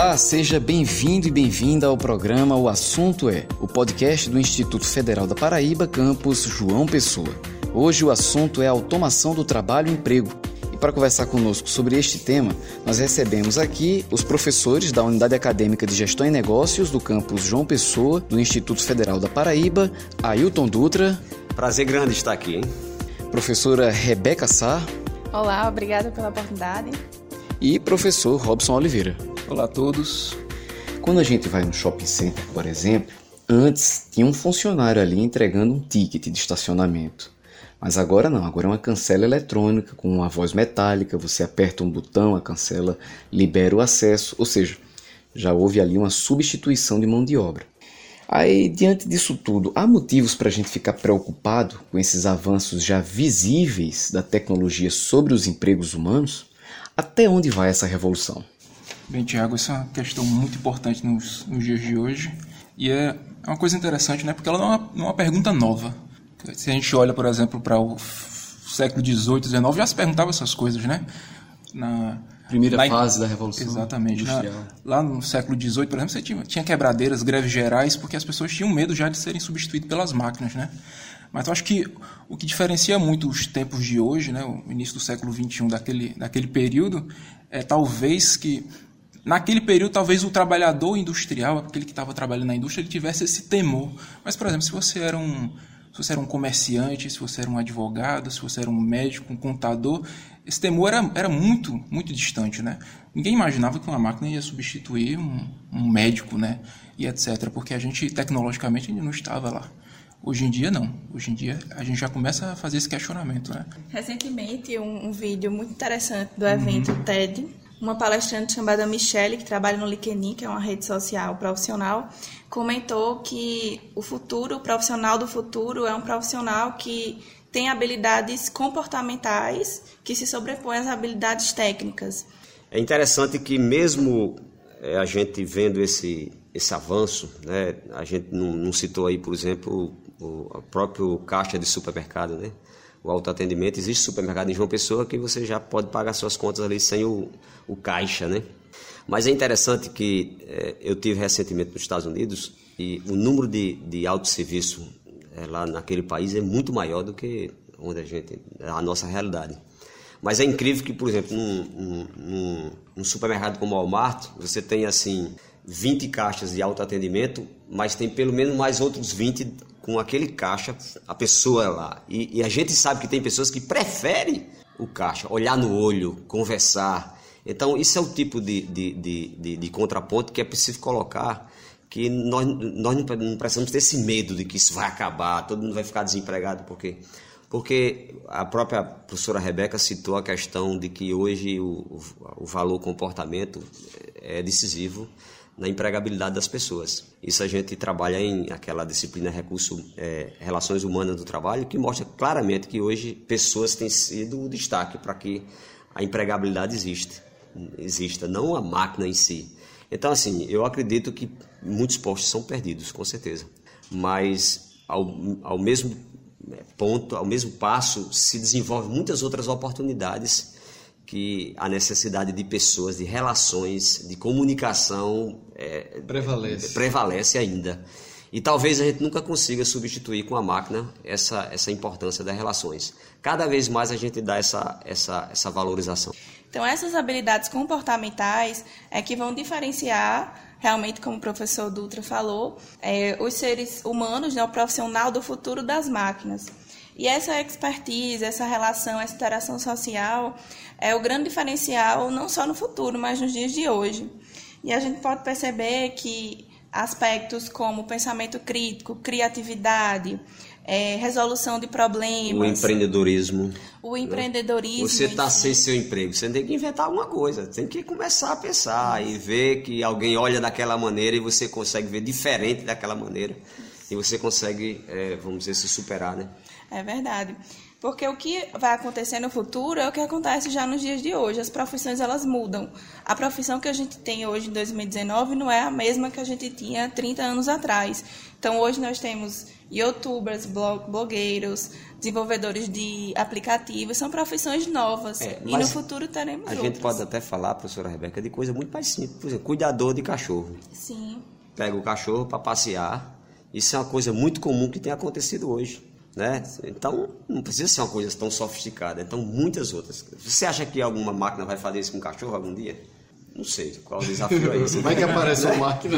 Olá, seja bem-vindo e bem-vinda ao programa O Assunto É, o podcast do Instituto Federal da Paraíba, campus João Pessoa. Hoje o assunto é automação do trabalho e emprego. E para conversar conosco sobre este tema, nós recebemos aqui os professores da Unidade Acadêmica de Gestão e Negócios do campus João Pessoa, do Instituto Federal da Paraíba, Ailton Dutra. Prazer grande estar aqui, hein? Professora Rebeca Sá. Olá, obrigada pela oportunidade. E professor Robson Oliveira. Olá a todos. Quando a gente vai no shopping center, por exemplo, antes tinha um funcionário ali entregando um ticket de estacionamento. Mas agora não, agora é uma cancela eletrônica com uma voz metálica, você aperta um botão, a cancela libera o acesso, ou seja, já houve ali uma substituição de mão de obra. Aí, diante disso tudo, há motivos para a gente ficar preocupado com esses avanços já visíveis da tecnologia sobre os empregos humanos? Até onde vai essa revolução? Bem, Tiago, essa é uma questão muito importante nos dias de hoje e é uma coisa interessante, né? Porque ela não é uma pergunta nova. Se a gente olha, por exemplo, para o século XVIII, XIX, já se perguntava essas coisas, né? Na primeira fase da Revolução Industrial. Lá no século XVIII, por exemplo, você tinha quebradeiras, greves gerais, porque as pessoas tinham medo já de serem substituídas pelas máquinas, né? Mas eu acho que o que diferencia muito os tempos de hoje, né, o início do século XXI, daquele período, é talvez que, naquele período, talvez o trabalhador industrial, aquele que estava trabalhando na indústria, ele tivesse esse temor. Mas, por exemplo, se você era um comerciante, se você era um advogado, se você era um médico, um contador, esse temor era muito, muito distante, né? Ninguém imaginava que uma máquina ia substituir um médico, né? E etc., porque a gente, tecnologicamente, ainda não estava lá. Hoje em dia, não. Hoje em dia, a gente já começa a fazer esse questionamento, né? Recentemente, um vídeo muito interessante do evento TED, uma palestrante chamada Michelle, que trabalha no LinkedIn, que é uma rede social profissional, comentou que o profissional do futuro é um profissional que tem habilidades comportamentais que se sobrepõem às habilidades técnicas. É interessante que mesmo a gente vendo esse avanço, né, a gente não citou aí, por exemplo, o próprio caixa de supermercado, né? O autoatendimento. Existe supermercado em João Pessoa que você já pode pagar suas contas ali sem o caixa, né? Mas é interessante que eu tive recentemente nos Estados Unidos e o número de autosserviço lá naquele país é muito maior do que a nossa realidade. Mas é incrível que, por exemplo, num supermercado como o Walmart, você tem assim 20 caixas de autoatendimento, mas tem pelo menos mais outros 20 com aquele caixa, a pessoa lá. E a gente sabe que tem pessoas que preferem o caixa, olhar no olho, conversar. Então, isso é o tipo de contraponto que é preciso colocar, que nós não precisamos ter esse medo de que isso vai acabar, todo mundo vai ficar desempregado, porque a própria professora Rebeca citou a questão de que hoje o valor comportamento é decisivo na empregabilidade das pessoas. Isso a gente trabalha em aquela disciplina Relações Humanas do Trabalho, que mostra claramente que hoje pessoas têm sido o destaque para que a empregabilidade exista, não a máquina em si. Então, assim, eu acredito que muitos postos são perdidos, com certeza. Mas, ao mesmo ponto, ao mesmo passo, se desenvolvem muitas outras oportunidades que a necessidade de pessoas, de relações, de comunicação prevalece ainda. E talvez a gente nunca consiga substituir com a máquina essa importância das relações. Cada vez mais a gente dá essa valorização. Então, essas habilidades comportamentais é que vão diferenciar, realmente, como o professor Dutra falou, os seres humanos, né, o profissional do futuro das máquinas. E essa expertise, essa relação, essa interação social é o grande diferencial não só no futuro, mas nos dias de hoje. E a gente pode perceber que aspectos como pensamento crítico, criatividade, resolução de problemas... O empreendedorismo. Você está sem seu emprego, você tem que inventar alguma coisa, tem que começar a pensar e ver que alguém olha daquela maneira e você consegue ver diferente daquela maneira e você consegue, vamos dizer, se superar, né? É verdade. Porque o que vai acontecer no futuro é o que acontece já nos dias de hoje. As profissões, elas mudam. A profissão que a gente tem hoje, em 2019, não é a mesma que a gente tinha 30 anos atrás. Então, hoje nós temos youtubers, blogueiros, desenvolvedores de aplicativos, são profissões novas. E no futuro teremos outras. A gente pode até falar, professora Rebeca, de coisa muito mais simples. Por exemplo, cuidador de cachorro. Sim. Pega o cachorro para passear. Isso é uma coisa muito comum que tem acontecido hoje. Né? Então, não precisa ser uma coisa tão sofisticada. Então, muitas outras. Você acha que alguma máquina vai fazer isso com um cachorro algum dia? Não sei. Qual o desafio é esse? Como é que aparece uma máquina?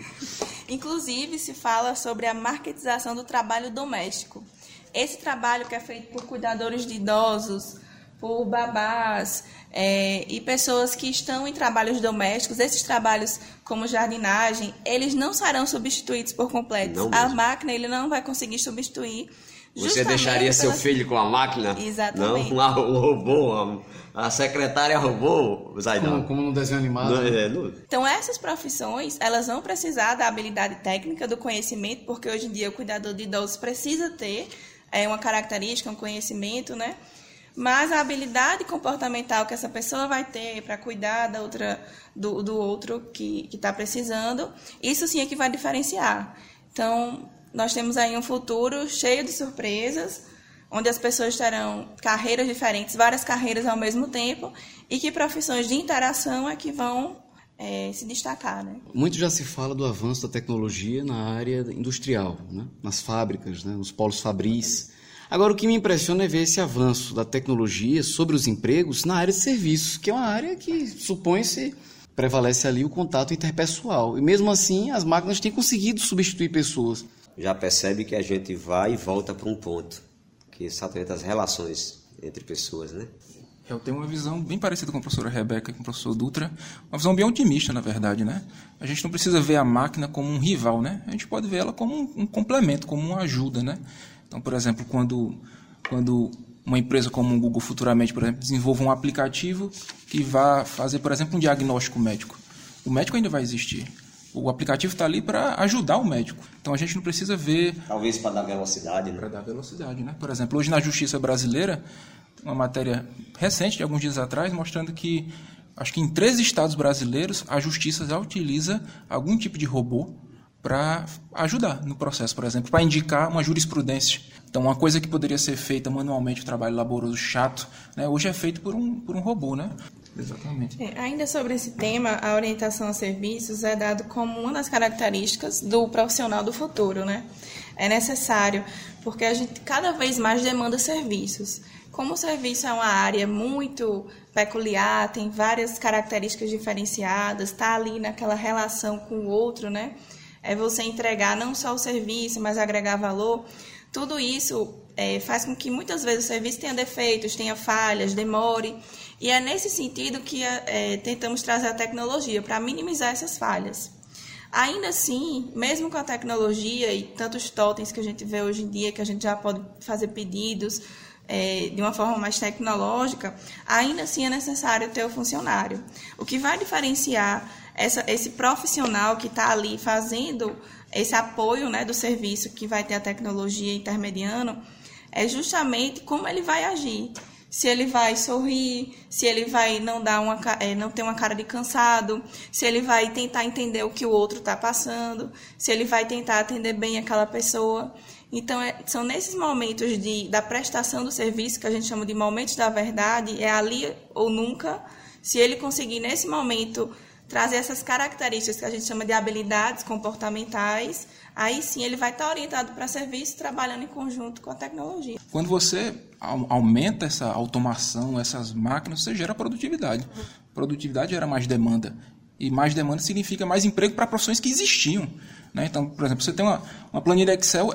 Inclusive, se fala sobre a marketização do trabalho doméstico. Esse trabalho que é feito por cuidadores de idosos, por babás e pessoas que estão em trabalhos domésticos, esses trabalhos como jardinagem, eles não serão substituídos por completo. A máquina ele não vai conseguir substituir. Você deixaria seu filho com a máquina? Exatamente. Não, um robô, a secretária robô, Zaidan. Como no desenho animado. Então, essas profissões, elas vão precisar da habilidade técnica, do conhecimento, porque hoje em dia o cuidador de idosos precisa ter uma característica, um conhecimento, né? Mas a habilidade comportamental que essa pessoa vai ter para cuidar do outro que está precisando, isso sim é que vai diferenciar. Então, nós temos aí um futuro cheio de surpresas, onde as pessoas terão carreiras diferentes, várias carreiras ao mesmo tempo, e que profissões de interação é que vão se destacar. Né? Muito já se fala do avanço da tecnologia na área industrial, né? Nas fábricas, né? Nos polos fabris. Agora, o que me impressiona é ver esse avanço da tecnologia sobre os empregos na área de serviços, que é uma área que, supõe-se, prevalece ali o contato interpessoal. E mesmo assim, as máquinas têm conseguido substituir pessoas. Já percebe que a gente vai e volta para um ponto, que é exatamente as relações entre pessoas, né? Eu tenho uma visão bem parecida com a professora Rebeca e com o professor Dutra, uma visão bem otimista, na verdade, né? A gente não precisa ver a máquina como um rival, né? A gente pode ver ela como um complemento, como uma ajuda, né? Então, por exemplo, quando uma empresa como o Google futuramente, por exemplo, desenvolva um aplicativo que vá fazer, por exemplo, um diagnóstico médico. O médico ainda vai existir. O aplicativo está ali para ajudar o médico. Então, a gente não precisa ver... Talvez para dar velocidade, né? Para dar velocidade, né? Por exemplo, hoje na Justiça Brasileira, uma matéria recente, de alguns dias atrás, mostrando que, acho que em 13 estados brasileiros, a Justiça já utiliza algum tipo de robô para ajudar no processo, por exemplo, para indicar uma jurisprudência. Então, uma coisa que poderia ser feita manualmente, um trabalho laboroso, chato, né, hoje é feito por um robô, né? Exatamente. Ainda sobre esse tema, a orientação a serviços é dado como uma das características do profissional do futuro, né? É necessário, porque a gente cada vez mais demanda serviços. Como o serviço é uma área muito peculiar, tem várias características diferenciadas, está ali naquela relação com o outro, né? É você entregar não só o serviço, mas agregar valor. Tudo isso faz com que muitas vezes o serviço tenha defeitos, tenha falhas, demore. E é nesse sentido que tentamos trazer a tecnologia para minimizar essas falhas. Ainda assim, mesmo com a tecnologia e tantos totens que a gente vê hoje em dia, que a gente já pode fazer pedidos de uma forma mais tecnológica, ainda assim é necessário ter o funcionário. O que vai diferenciar esse profissional que está ali fazendo esse apoio, né, do serviço que vai ter a tecnologia intermediando é justamente como ele vai agir. Se ele vai sorrir, se ele vai não ter uma cara de cansado, se ele vai tentar entender o que o outro está passando, se ele vai tentar atender bem aquela pessoa. Então, são nesses momentos da prestação do serviço, que a gente chama de momentos da verdade, é ali ou nunca. Se ele conseguir, nesse momento, trazer essas características que a gente chama de habilidades comportamentais, aí sim ele vai estar orientado para serviço, trabalhando em conjunto com a tecnologia. Quando você aumenta essa automação, essas máquinas, você gera produtividade. Produtividade gera mais demanda. E mais demanda significa mais emprego para profissões que existiam. Né? Então, por exemplo, você tem uma planilha Excel,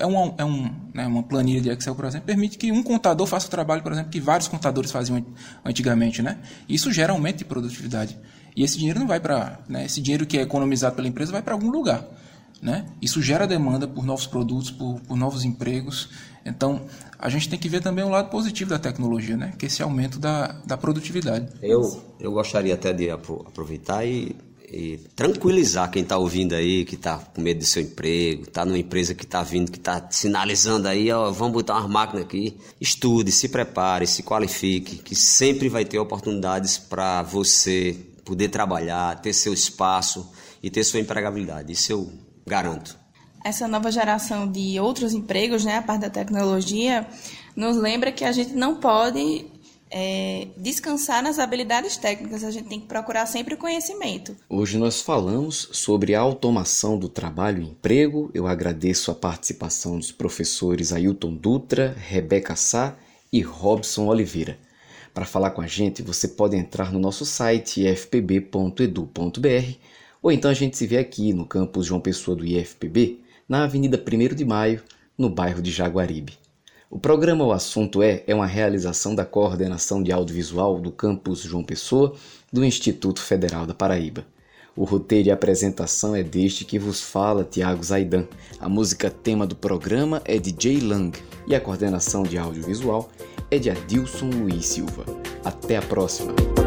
uma planilha de Excel, por exemplo, permite que um contador faça o trabalho, por exemplo, que vários contadores faziam antigamente. Né? Isso gera aumento de produtividade. E esse dinheiro não vai para... Né, esse dinheiro que é economizado pela empresa vai para algum lugar. Né? Isso gera demanda por novos produtos, por novos empregos. Então, a gente tem que ver também o lado positivo da tecnologia, né? Que é esse aumento da produtividade. Eu gostaria até de aproveitar e e tranquilizar quem está ouvindo aí, que está com medo do seu emprego, está numa empresa que está vindo, que está sinalizando aí, ó, vamos botar umas máquinas aqui. Estude, se prepare, se qualifique, que sempre vai ter oportunidades para você poder trabalhar, ter seu espaço e ter sua empregabilidade. Isso eu garanto. Essa nova geração de outros empregos, né, a parte da tecnologia, nos lembra que a gente não pode descansar nas habilidades técnicas, a gente tem que procurar sempre o conhecimento. Hoje nós falamos sobre a automação do trabalho e emprego. Eu agradeço a participação dos professores Ailton Dutra, Rebeca Sá e Robson Oliveira. Para falar com a gente, você pode entrar no nosso site ifpb.edu.br ou então a gente se vê aqui no campus João Pessoa do IFPB, na Avenida 1º de Maio, no bairro de Jaguaribe. O programa O Assunto é uma realização da Coordenação de Audiovisual do campus João Pessoa do Instituto Federal da Paraíba. O roteiro e apresentação é deste que vos fala, Tiago Zaidan. A música tema do programa é de Jay Lang e a coordenação de audiovisual é de Adilson Luiz Silva. Até a próxima!